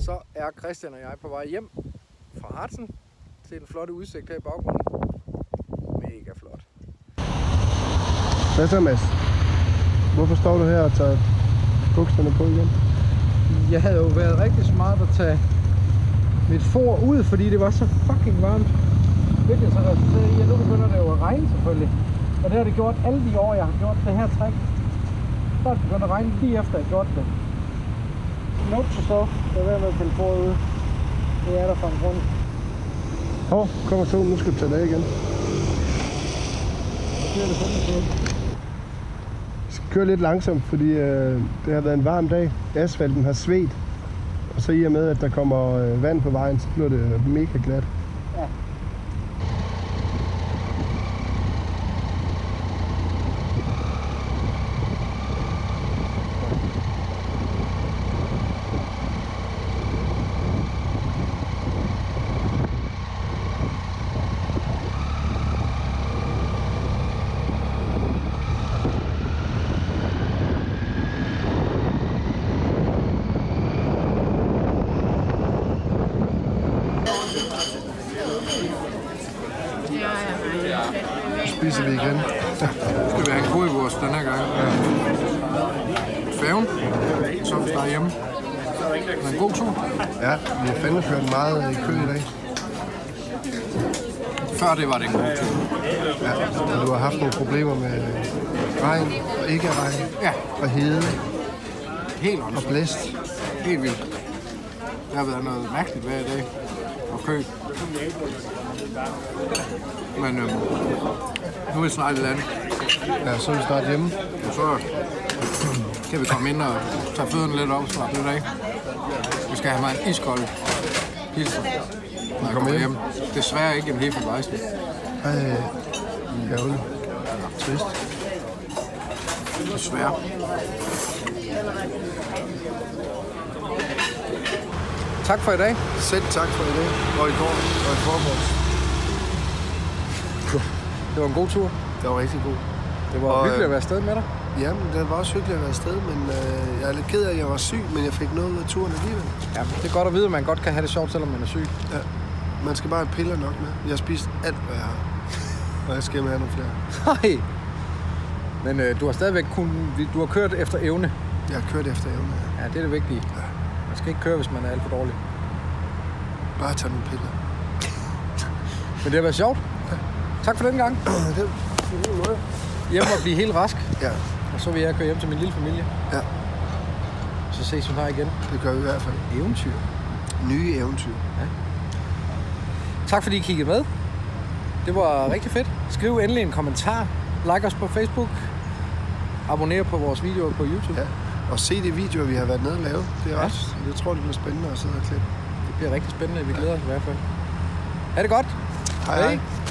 så er Christian og jeg på vej hjem fra Harzen til den flotte udsigt her i baggrunden. Mega flot. Hvad så, Mads? Hvorfor står du her og tager bukserne på igen? Jeg havde jo været rigtig smart at tage mit for ud, fordi det var så fucking varmt. Hvilket så resulterede i, at nu begynder det jo at regne selvfølgelig. Og det har det gjort alle de år, jeg har gjort det her træk. Så er det begyndt at regne lige efter, jeg har gjort det. Note to self, lad være med at pille foret ud. Det er der for en grund. Kommer solen, nu skal du tage det af igen. Det er det sådan noget. Jeg skal køre lidt langsomt, fordi det har været en varm dag. Asfalten har svedt. Og så i og med, at der kommer vand på vejen, så bliver det mega glat. Ja. Spiser vi igen. Nu skal vi have en kurvivurst den her gang. Ja. Færgen. Så vi starter hjemme. Det er en god tur. Ja, vi har fandme kørt meget i kø i dag. Før det var det en god tur. Ja, og du har haft nogle problemer med regn og ikke regn. Ja. Og hede Helt og åndssvagt. blæst. Helt vildt. Det har været noget mærkeligt hver dag. Og kø. Men nu er vi snart i land. Ja, så er vi snart hjemme. Og så kan vi komme ind og tage fødderne lidt op og slappe lidt af. Vi skal have mig en iskold hilsen, når jeg kommer hjem. Desværre ikke en helt for vejsning. Ærgerligt. Trist. Desværre. Tak for i dag. Selv tak for i dag. Og i går. Og i forgårs. Det var en god tur. Det var rigtig god. Det var hyggeligt at være afsted med dig. Jamen, det var også hyggeligt at være afsted, men jeg er lidt ked af, at jeg var syg, men jeg fik noget ud af turen alligevel. Ja, det er godt at vide, at man godt kan have det sjovt, selvom man er syg. Ja. Man skal bare have piller nok med. Jeg har spist alt, hvad jeg har. Og jeg skal hjem have nogle flere. Nej. Men du har stadigvæk du har kørt efter evne. Jeg har kørt efter evne. Ja, det er det vigtige. Ja. Man skal ikke køre, hvis man er alt for dårlig. Bare tage nogle piller. Men det har været sjovt. Ja. Tak for den gang. Det er en måde. Hjem og blive helt rask. Ja. Og så vil jeg køre hjem til min lille familie. Ja. Så ses vi her igen. Det gør vi i hvert fald. Eventyr. Nye eventyr. Ja. Tak fordi I kiggede med. Det var rigtig fedt. Skriv endelig en kommentar. Like os på Facebook. Abonner på vores videoer på YouTube. Ja. Og se de videoer, vi har været nede og lave. Det er Ja. også, jeg tror, det bliver spændende at sidde og klippe. Det bliver rigtig spændende. Vi glæder os i hvert fald. Ha' det godt. Hej.